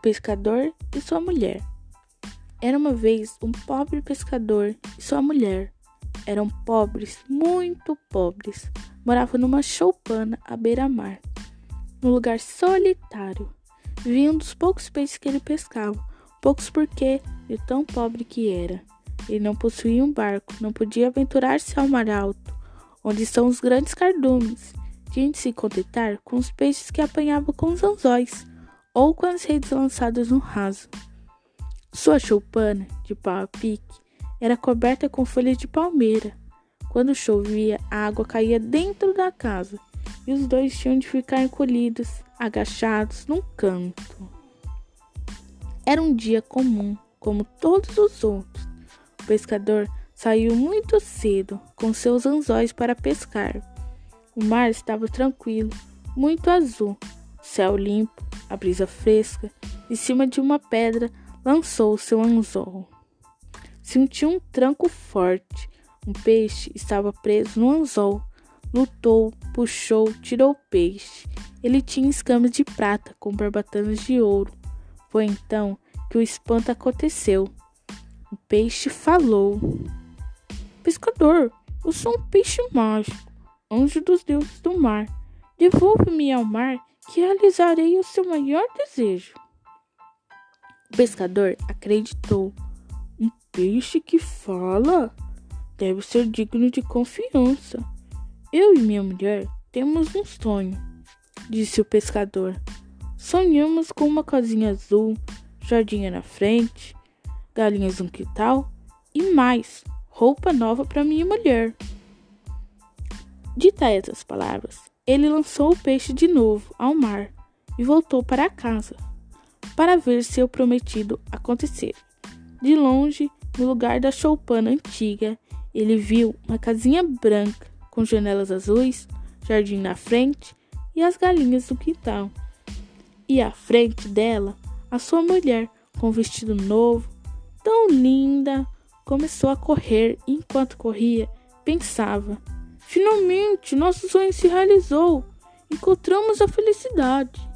pescador e sua mulher. Era uma vez um pobre pescador e sua mulher. Eram pobres, muito pobres. Moravam numa choupana à beira-mar, num lugar solitário. Vivia um dos poucos peixes que ele pescava, poucos porque, de tão pobre que era. Ele não possuía um barco, não podia aventurar-se ao mar alto, onde estão os grandes cardumes. Tinha de se contentar com os peixes que apanhava com os anzóis, ou com as redes lançadas no raso. Sua choupana, de pau a pique, era coberta com folhas de palmeira. Quando chovia, a água caía dentro da casa, e os dois tinham de ficar encolhidos, agachados, num canto. Era um dia comum, como todos os outros. O pescador saiu muito cedo, com seus anzóis para pescar. O mar estava tranquilo, muito azul, o céu limpo, a brisa fresca. De cima de uma pedra, lançou seu anzol. Sentiu um tranco forte. Um peixe estava preso no anzol. Lutou, puxou, tirou o peixe. Ele tinha escamas de prata com barbatanas de ouro. Foi então que o espanto aconteceu. O peixe falou: Pescador, eu sou um peixe mágico, anjo dos deuses do mar. Devolva-me ao mar que realizarei o seu maior desejo. O pescador acreditou. Um peixe que fala? Deve ser digno de confiança. Eu e minha mulher temos um sonho, disse o pescador. Sonhamos com uma casinha azul, jardim na frente, galinhas no quintal e mais, roupa nova para minha mulher. Dita essas palavras, ele lançou o peixe de novo ao mar e voltou para casa, para ver seu prometido acontecer. De longe, no lugar da choupana antiga, ele viu uma casinha branca com janelas azuis, jardim na frente e as galinhas no quintal. E à frente dela, a sua mulher, com um vestido novo, tão linda, começou a correr e enquanto corria, pensava: finalmente, nosso sonho se realizou. Encontramos a felicidade.